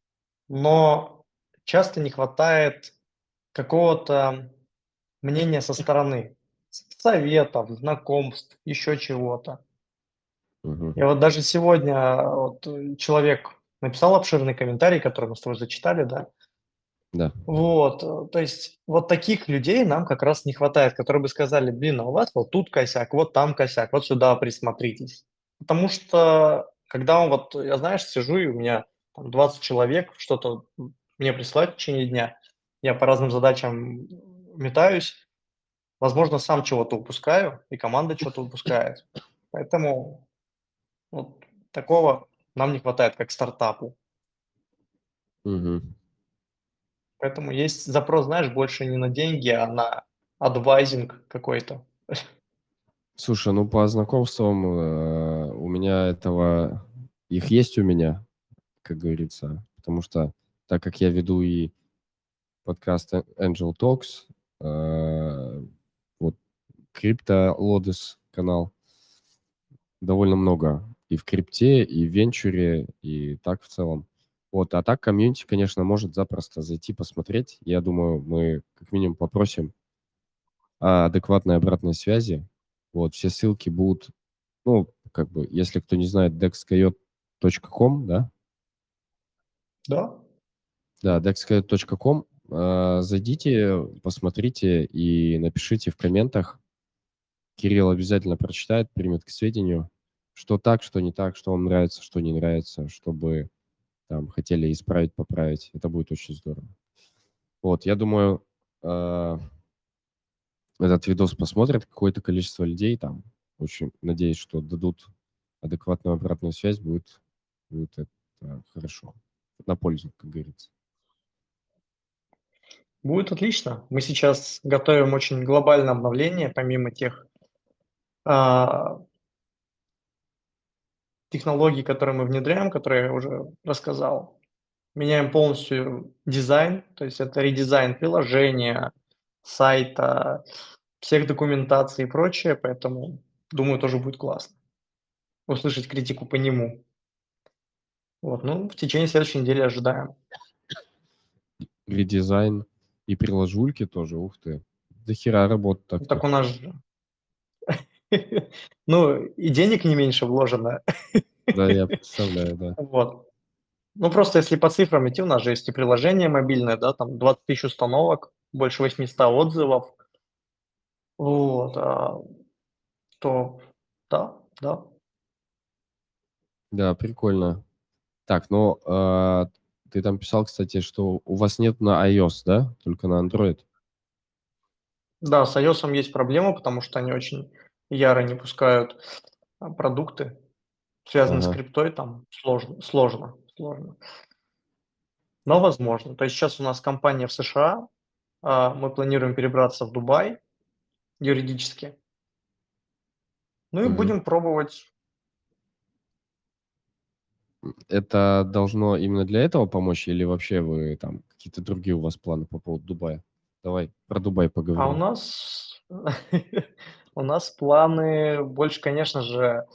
но часто не хватает какого-то мнения со стороны, с- советов, знакомств, еще чего-то. мгм. И вот даже сегодня а, вот э, человек написал обширный комментарий, который мы с тобой зачитали, да. Да. Вот, э, то есть вот таких людей нам как раз не хватает, которые бы сказали: "Блин, а у вас вот тут косяк, вот там косяк, вот сюда присмотритесь". Потому что когда он вот, я, знаешь, сижу, и у меня там двадцать человек что-то, м, мне присылают в течение дня, я по разным задачам метаюсь, возможно, сам чего-то упускаю, и команда чё-то упускает. Поэтому вот такого нам не хватает как стартапу. Мгм. Поэтому есть запрос, знаешь, больше не на деньги, а на адвайзинг какой-то. Слушай, ну по знакомствам э, у меня этого их есть у меня, как говорится, потому что так как я веду и подкаст A- Angel Talks, э, вот Крипто Лодес канал, довольно много и в крипте, и в венчуре, и так в целом. Вот, а так комьюнити, конечно, может запросто зайти посмотреть. Я думаю, мы как минимум попросим о адекватной обратной связи. Вот, все ссылки будут, ну, как бы, если кто не знает, dexcoyot точка com, да? Да, Да, dexcoyot точка com. Э, Зайдите, посмотрите и напишите в комментах. Кирилл обязательно прочитает, примет к сведению, что так, что не так, что вам нравится, что не нравится, чтобы там хотели исправить, поправить. Это будет очень здорово. Вот, я думаю, э, этот видос посмотрит какое-то количество людей, там, очень надеюсь, что дадут адекватную обратную связь, будет, будет это хорошо. На пользу, как говорится. будет отлично. Мы сейчас готовим очень глобальное обновление, помимо тех а, технологий, которые мы внедряем, которые я уже рассказал. Меняем полностью дизайн, то есть это редизайн приложения, сайта, всех документаций и прочее, поэтому, думаю, тоже будет классно услышать критику по нему. Вот, ну, в течение следующей недели ожидаем. Редизайн и приложульки тоже, ух ты. Дохера работы Ну, так так-то. у нас же ну, и денег не меньше вложено. Да, я представляю, да. Вот. Ну, просто если по цифрам идти, у нас же есть и приложение мобильное, да, там двадцать тысяч установок, больше восьмисот отзывов. Вот, а, то да, да. Да, прикольно. Так, ну, а, ты там писал, кстати, что у вас нет на iOS, да? Только на Android? Да, с iOS есть проблема, потому что они очень яро не пускают, а, продукты, связанные с Ага. криптой, там сложно сложно сложно. Но возможно. То есть сейчас у нас компания в США, а, мы планируем перебраться в Дубай юридически. Ну и Мгм. будем пробовать. Это должно именно для этого помочь или вообще вы там какие-то другие у вас планы по поводу Дубая? Давай про Дубай А у поговорим. нас у нас планы больше, конечно же,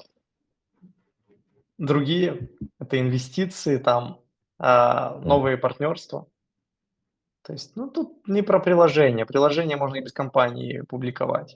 другие. Это инвестиции, там, а, А, новые партнерства. То есть, ну, тут не про приложение. Приложение можно и без компании публиковать.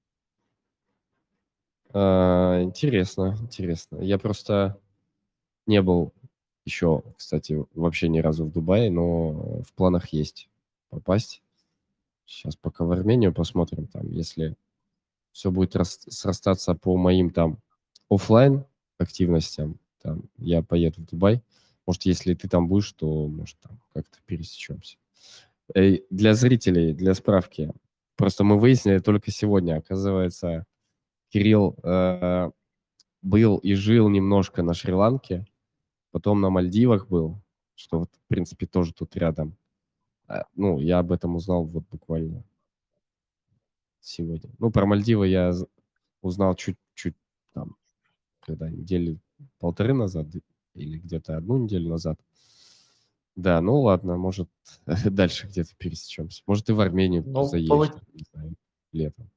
а, интересно, интересно. Я просто не был еще, кстати, вообще ни разу в Дубае, но в планах есть попасть. Сейчас пока в Армению посмотрим, там, если все будет рас- срастаться по моим там оффлайн активностям, там, я поеду в Дубай. Может, если ты там будешь, то, может, там как-то пересечемся. Э, Для зрителей, для справки, просто мы выяснили только сегодня, оказывается, Кирилл э, был и жил немножко на Шри-Ланке, потом на Мальдивах был, что вот, в принципе, тоже тут рядом. А, Ну, я об этом узнал вот буквально сегодня. Ну, про Мальдивы я з- узнал чуть-чуть там, когда недели полторы назад или где-то одну неделю назад. Да, ну ладно, может, дальше где-то пересечемся. Может, и в Армению Ну, заедешь, полу там, не знаю, летом.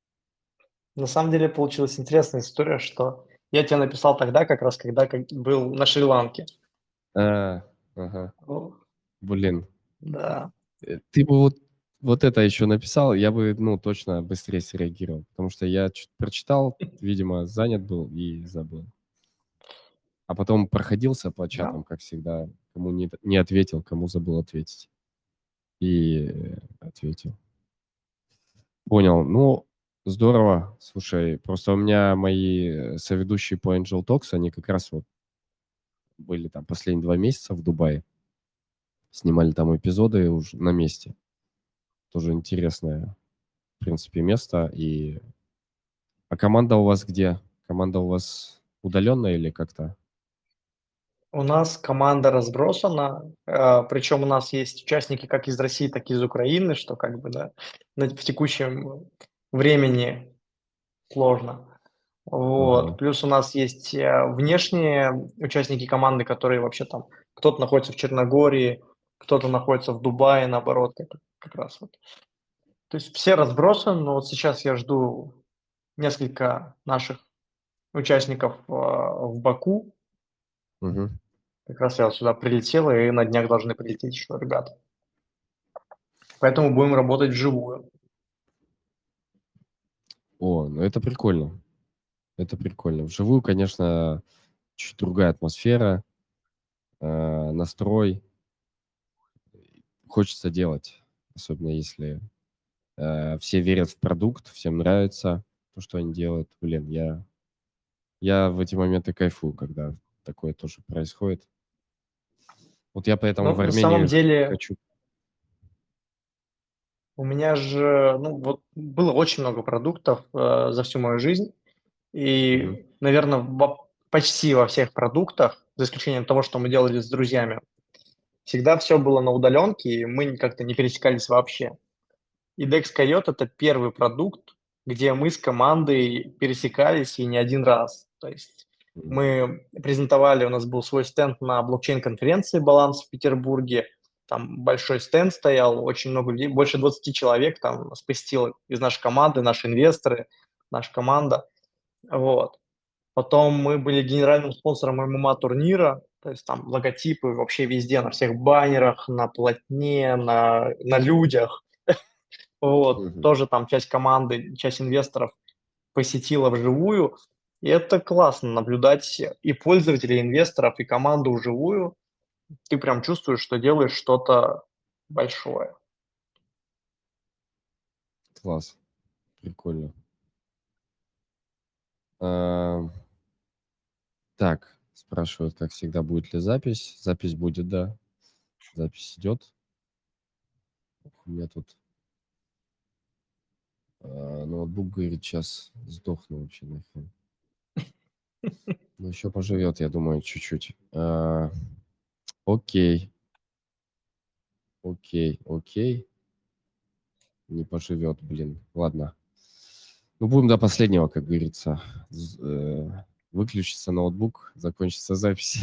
на самом деле получилась интересная история, что я тебе написал тогда, как раз когда как был на Шри-Ланке. А, ага. О, Блин, да. э, ты бы вот, вот это еще написал, я бы, ну, точно быстрее среагировал, потому что я чё-то прочитал, видимо, занят был и забыл. А потом проходился по Да. чатам, как всегда, кому не, не ответил, кому забыл ответить. И э, ответил. Понял. Ну, здорово. Слушай, просто у меня мои э, соведущие по Angel Talks, они как раз вот были там последние два месяца в Дубае, снимали там эпизоды уже на месте. Тоже интересное, в принципе, место. И... А команда у вас где? Команда у вас удаленная или как-то? У нас команда разбросана, а, причем у нас есть участники как из России, так и из Украины, что как бы, да, на в текущем времени сложно. Вот. Ага. Плюс у нас есть, э, внешние участники команды, которые вообще там кто-то находится в Черногории, кто-то находится в Дубае, наоборот, как как раз вот. То есть все разбросаны, но вот сейчас я жду несколько наших участников, а, в Баку. Мгм. Как раз я вот сюда прилетел, и на днях должны прилететь еще ребята. Поэтому будем работать вживую. О, ну это прикольно. Это прикольно. Вживую, конечно, чуть другая атмосфера, э, настрой. Хочется делать, особенно если э, все верят в продукт, всем нравится то, что они делают. Блин, я, я в эти моменты кайфую, когда такое тоже происходит. Вот я поэтому Ну, в на самом Армении х- деле, хочу. у меня же, ну, вот было очень много продуктов, э, за всю мою жизнь. Мгм. И, наверное, почти во всех продуктах, за исключением того, что мы делали с друзьями, всегда все было на удаленке, и мы как-то не пересекались вообще. И Dex Coyote — это первый продукт, где мы с командой пересекались и не один раз. То есть Мгм. мы презентовали, у нас был свой стенд на блокчейн-конференции «Баланс» в Петербурге. там большой стенд стоял, очень много людей, больше двадцати человек там спустило из нашей команды, наши инвесторы, наша команда. Вот. Потом мы были генеральным спонсором ММА-турнира, то есть там логотипы вообще везде, на всех баннерах, на полотне, на, на людях. Вот. Мгм. Тоже там часть команды, часть инвесторов посетила вживую. И это классно наблюдать и пользователей, и инвесторов, и команду вживую. Ты прям чувствуешь, что делаешь что-то большое. Класс. Прикольно. А, Так, спрашивают, как всегда, будет ли запись. Запись будет, да. Запись идет. У меня тут а, ноутбук, говорит, сейчас сдохну вообще нахрен. Ну, еще поживет, я думаю, чуть-чуть. А, Окей, окей, окей. Не поживет, блин. Ладно. Ну, будем до последнего, как говорится. З- э, Выключится ноутбук, закончится запись.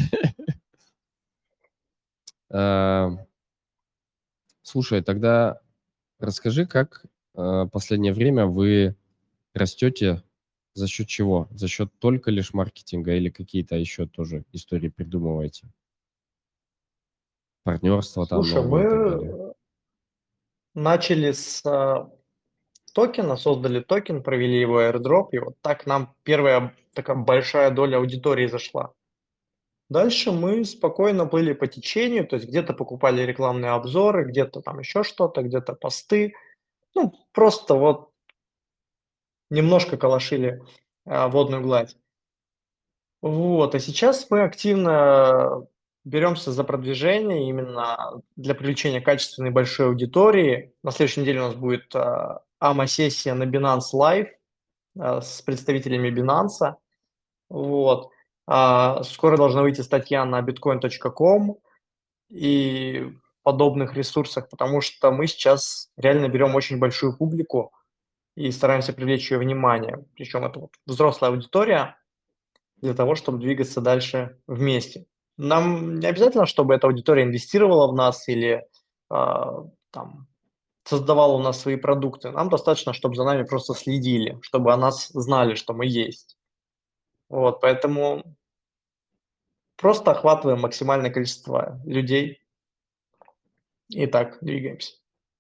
А, Слушай, тогда расскажи, как э, последнее время вы растете, за счет чего? За счет только лишь маркетинга или какие-то еще тоже истории придумываете? Партнерства там Слушай, новые и так далее. мы начали с а, токена, создали токен, провели его airdrop, и вот так нам первая такая большая доля аудитории зашла. Дальше мы спокойно плыли по течению, то есть где-то покупали рекламные обзоры, где-то там еще что-то, где-то посты. Ну, просто вот немножко калашили а, водную гладь. Вот, а сейчас мы активно беремся за продвижение именно для привлечения качественной большой аудитории. На следующей неделе у нас будет а, АМА-сессия на Binance Live а, с представителями Binance. Вот. А, скоро должна выйти статья на биткоин точка ком и подобных ресурсах, потому что мы сейчас реально берем очень большую публику и стараемся привлечь ее внимание. Причем это вот взрослая аудитория для того, чтобы двигаться дальше вместе. Нам не обязательно, чтобы эта аудитория инвестировала в нас или а, там, создавала у нас свои продукты. Нам достаточно, чтобы за нами просто следили, чтобы о нас знали, что мы есть. Вот, поэтому просто охватываем максимальное количество людей и так двигаемся.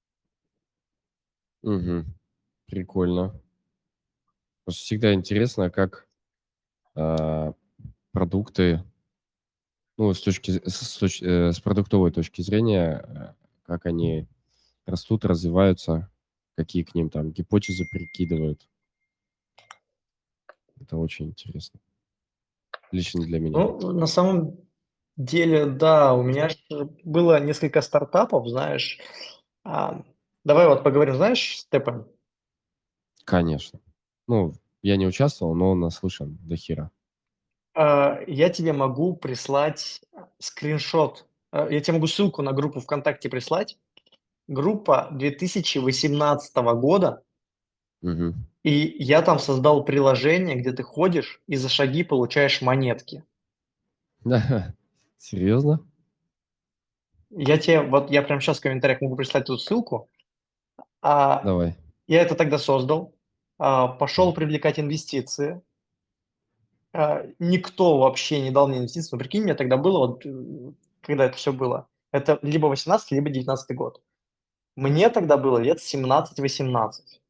Угу. Прикольно. Просто всегда интересно, как а, продукты, ну, с точки, з- с, точ- э, с продуктовой точки зрения, э, как они растут, развиваются, какие к ним там гипотезы прикидывают. Это очень интересно. Лично для меня. Ну, на самом деле, да, у меня ж было несколько стартапов, знаешь. А, давай вот поговорим, знаешь, Степан, Конечно. Ну, я не участвовал, но наслышан до хера. а, я тебе могу прислать скриншот. А, я тебе могу ссылку на группу ВКонтакте прислать. Группа две тысячи восемнадцатого года, Мгм. и я там создал приложение, где ты ходишь и за шаги получаешь монетки. Серьезно? Я тебе, вот я прямо сейчас в комментариях могу прислать эту ссылку. А, Давай. я это тогда создал, а, пошел М. привлекать инвестиции. А, никто вообще не дал мне инвестиции. Ну, прикинь, мне тогда было, вот, э, когда это все было, это либо восемнадцатый, либо девятнадцатый год. Мне тогда было лет семнадцать-восемнадцать.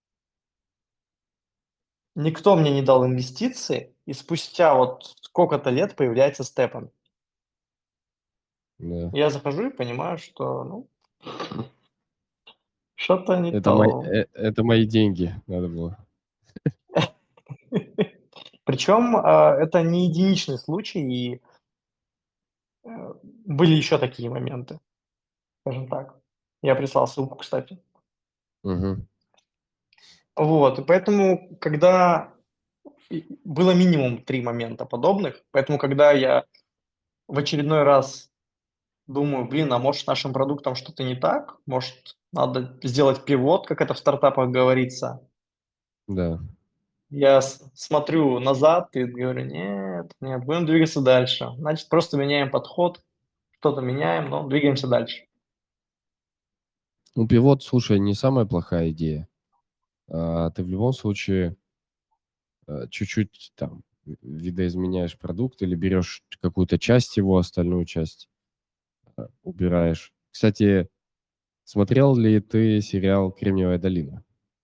Никто мне не дал инвестиции, и спустя вот сколько-то лет появляется Степан. Да. Я захожу и понимаю, что, ну, что-то не Это мои, то. э, это мои деньги надо было. Причем, а, это не единичный случай, и, э, были еще такие моменты, скажем так. Я прислал ссылку, кстати. Мгм. Вот, и поэтому, когда и было минимум три момента подобных, поэтому, когда я в очередной раз думаю: "Блин, а может, с нашим продуктом что-то не так? Может, надо сделать пивот", как это в стартапах говорится. Да. Я с смотрю назад и говорю: "Нет, нет, будем двигаться дальше. Значит, просто меняем подход, что-то меняем, но двигаемся дальше". Ну, пивот, слушай, не самая плохая идея. А, ты в любом случае э, чуть-чуть там ви- видоизменяешь продукт или берешь какую-то часть его, остальную часть э, убираешь. Кстати, смотрел ли ты сериал «Кремниевая долина»?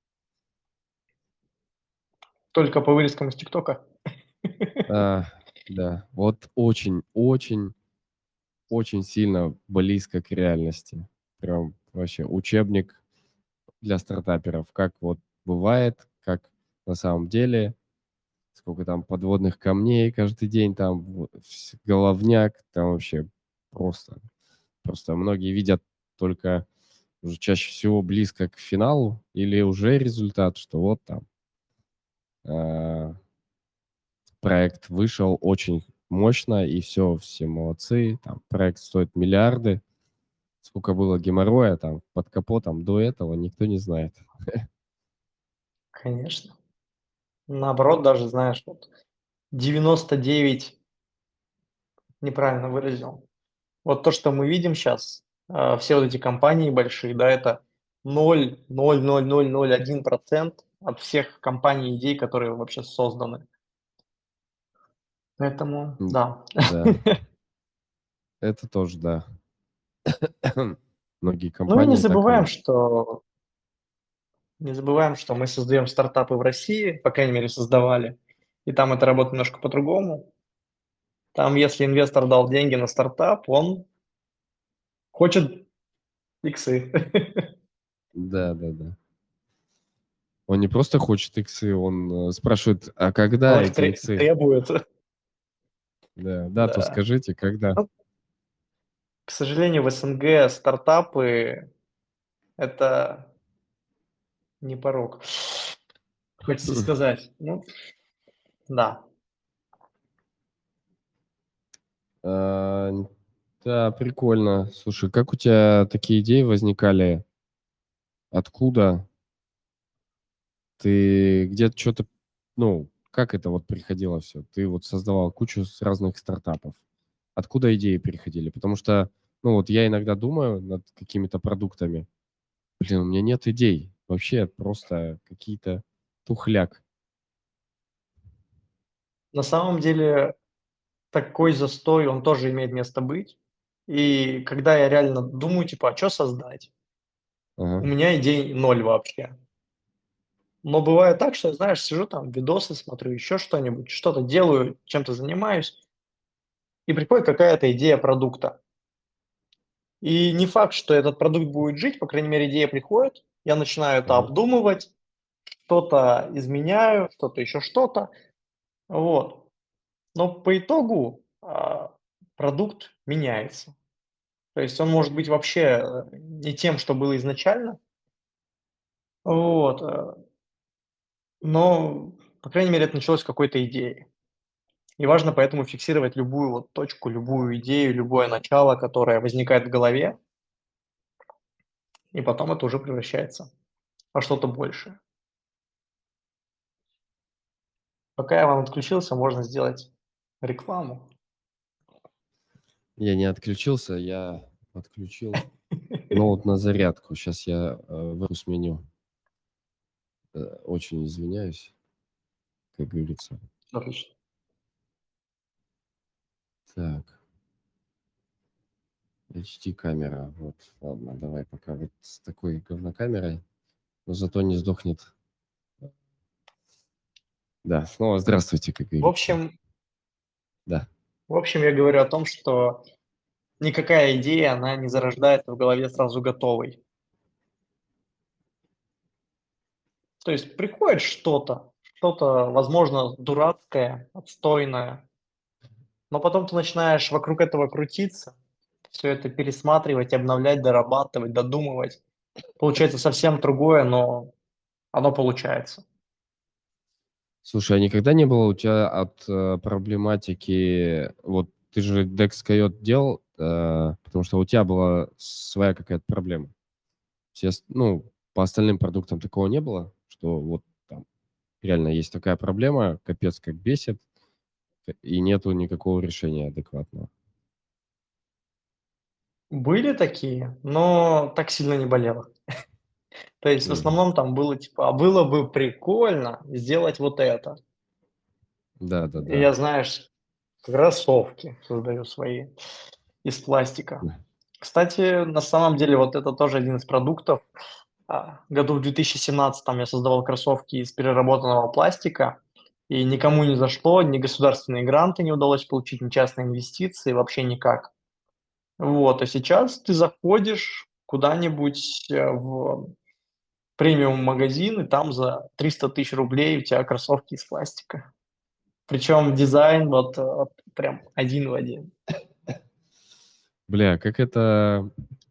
Только по вырезкам из ТикТока. А, да, вот очень, очень, очень сильно близко к реальности. Прям вообще учебник для стартаперов, как вот бывает, как на самом деле, сколько там подводных камней каждый день, там вот вс- головняк, там вообще просто, просто многие видят только уже чаще всего близко к финалу или уже результат, что вот там а, проект вышел очень мощно, и все, все молодцы, там проект стоит миллиарды, сколько было геморроя там под капотом до этого, никто не знает. Конечно. Наоборот, даже, знаешь, вот девяносто девять неправильно выразил. Вот то, что мы видим сейчас, все вот эти компании большие, да, это ноль ноль ноль ноль ноль один процент от всех компаний, идей, которые вообще созданы. Поэтому М, да. Да, это тоже, да. Многие Ну и не компании так забываем, и... что не забываем, что мы создаем стартапы в России, по крайней мере, создавали, и там это работает немножко по-другому. Там, если инвестор дал деньги на стартап, он хочет иксы. Да, да, да. Он не просто хочет иксы, он э, спрашивает, а когда Он их эти тре иксы? требует. Да, дату Да. скажите, когда? Ну, к сожалению, в СНГ стартапы — это не порог. Хочется сказать. Ну да. А, н- Да, прикольно. Слушай, как у тебя такие идеи возникали? Откуда? Ты где-то что-то, ну, как это вот приходило все? Ты вот создавал кучу с разных стартапов. Откуда идеи приходили? Потому что, ну, вот я иногда думаю над какими-то продуктами. Блин, у меня нет идей. Вообще просто какие-то тухляк. На самом деле такой застой, он тоже имеет место быть. И когда я реально думаю, типа: "А чё создать?" У Ага, меня идей ноль вообще. Но бывает так, что, знаешь, сижу там, видосы смотрю, еще что-нибудь, что-то делаю, чем-то занимаюсь, и приходит какая-то идея продукта. И не факт, что этот продукт будет жить, по крайней мере, идея приходит, я начинаю это ага. обдумывать, что-то изменяю, что-то еще что-то. Вот. Но по итогу, а, продукт меняется. То есть он может быть вообще, э, не тем, что было изначально. Вот, э, но, по крайней мере, это началось с какой-то идеи. И важно поэтому фиксировать любую вот точку, любую идею, любое начало, которое возникает в голове, и потом это уже превращается во что-то большее. Пока я вам отключился, можно сделать рекламу. Я не отключился, я отключил ноут на зарядку. Сейчас я э, выйду с меню. Э, Очень извиняюсь, как говорится. Отлично. Так, эйч ди камера. Вот, ладно, давай пока вот с такой говнокамерой, но зато не сдохнет. Да, снова здравствуйте, как В говорится. общем Да. в общем, я говорю о том, что никакая идея, она не зарождается в голове сразу готовой. То есть приходит что-то, что-то, возможно, дурацкое, отстойное, но потом ты начинаешь вокруг этого крутиться, все это пересматривать, обновлять, дорабатывать, додумывать. Получается совсем другое, но оно получается. Слушай, а никогда не было у тебя от э, проблематики, вот ты же Dex делал, э, потому что у тебя была своя какая-то проблема. Все, ост- ну, по остальным продуктам такого не было, что вот там реально есть такая проблема, капец как бесит, э, и нету никакого решения адекватного. Были такие, но так сильно не болело. То есть в Мгм. основном там было типа, а было бы прикольно сделать вот это. И Да-да-да. я, знаешь, кроссовки создаю свои из пластика. Да. Кстати, на самом деле вот это тоже один из продуктов. А, году в две тысячи семнадцатом я создавал кроссовки из переработанного пластика, и никому не зашло, ни государственные гранты не удалось получить, ни частные инвестиции, вообще никак. Вот, а сейчас ты заходишь куда-нибудь, э, в премиум-магазин, и там за триста тысяч рублей у тебя кроссовки из пластика. Причем дизайн вот, э, вот прям один в один. Бля, как это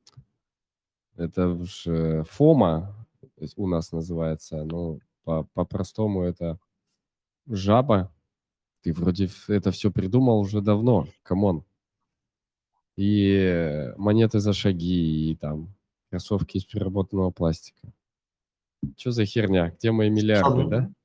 это же фома, то есть у нас называется, ну, по по-простому это жаба. Ты вроде ф это всё придумал уже давно, камон. И монеты за шаги, и там кроссовки из переработанного пластика. Чё за херня? Где мои С миллиарды, да? од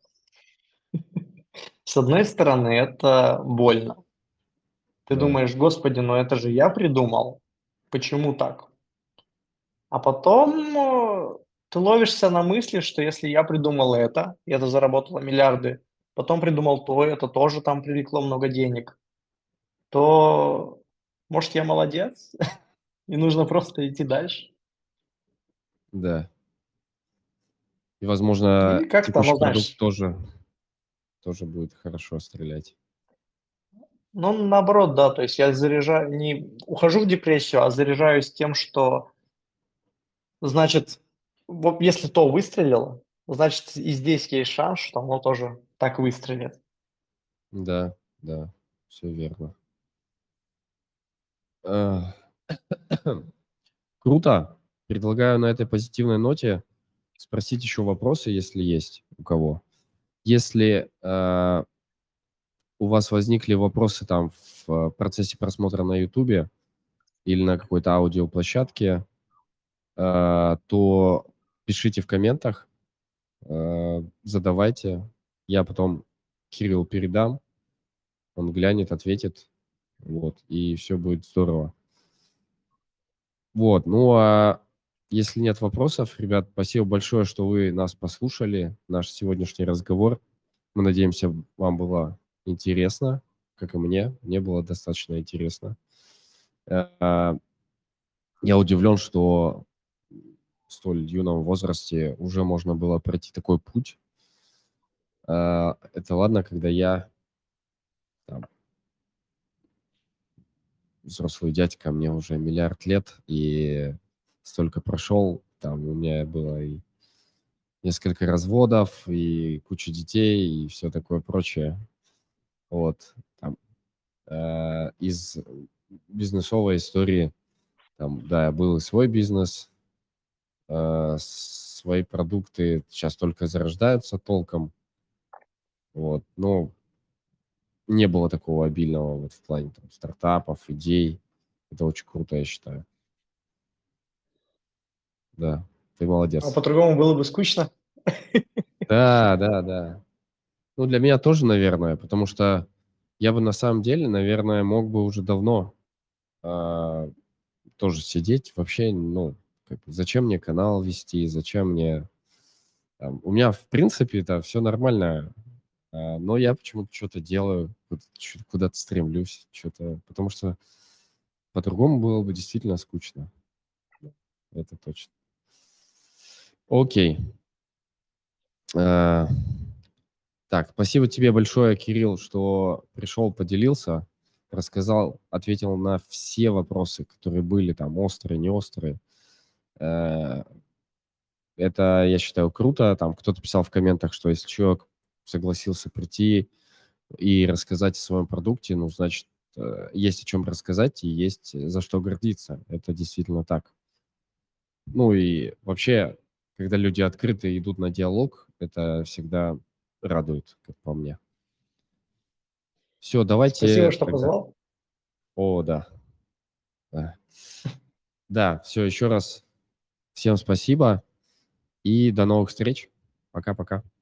С одной стороны, это больно. Ты Да. думаешь: "Господи, ну это же я придумал. Почему так?" А потом, э, ты ловишься на мысли, что если я придумал это, и это заработало миллиарды, потом придумал то, и это тоже там привлекло много денег, то, может, я молодец, и нужно просто идти дальше. Да. И, возможно, И как-то текущий оно, продукт знаешь, тоже тоже будет хорошо стрелять. ну, наоборот, да, то есть я заряжаю не ухожу в депрессию, а заряжаюсь тем, что значит, вот если то выстрелило, значит, и здесь есть шанс, что оно тоже так выстрелит. Да, да, всё верно. А, круто. Предлагаю на этой позитивной ноте спросить еще вопросы, если есть у кого. Если, а у вас возникли вопросы там в процессе просмотра на "Ютубе" или на какой-то аудиоплощадке, а, то пишите в комментах, а, задавайте. Я потом Кириллу передам, он глянет, ответит, вот, и всё будет здорово. Вот, ну, а если нет вопросов, ребят, спасибо большое, что вы нас послушали, наш сегодняшний разговор. Мы надеемся, вам было интересно, как и мне. Мне было достаточно интересно. А Я удивлен, что в столь юном возрасте уже можно было пройти такой путь. А, это ладно, когда я там взрослый дядька, мне уже миллиард лет, и столько прошел. Там у меня было и несколько разводов, и куча детей, и всё такое прочее. Вот, там, а, из бизнесовой истории, там, да, был и свой бизнес, а, свои продукты щас только зарождаются толком. Вот, но не было такого обильного вот в плане там стартапов, идей. Это очень круто, я считаю. Да, ты А молодец. по-другому было бы скучно. Да, да, да. Ну, для меня тоже, наверное, потому что я бы на самом деле, наверное, мог бы уже давно, а, тоже сидеть. Вообще, ну, как бы зачем мне канал вести, зачем мне там у меня, в принципе-то, всё нормально, а, но я почему-то чё-то делаю, вот чё куда-то стремлюсь, чё-то, потому что по-другому было бы действительно скучно. Это точно. Окей. А Так, спасибо тебе большое, Кирилл, что пришел, поделился, рассказал, ответил на все вопросы, которые были там острые, не острые. Э Это, я считаю, круто. Там кто-то писал в комментах, что если человек согласился прийти и рассказать о своем продукте, ну, значит, э, есть о чем рассказать и есть за что гордиться. Это действительно так. Ну и вообще, когда люди открыто идут на диалог, это всегда радует, как по мне. Всё, Спасибо, давайте что тогда позвал. О да. Да. Да, всё, еще раз всем спасибо и до новых встреч. Пока-пока.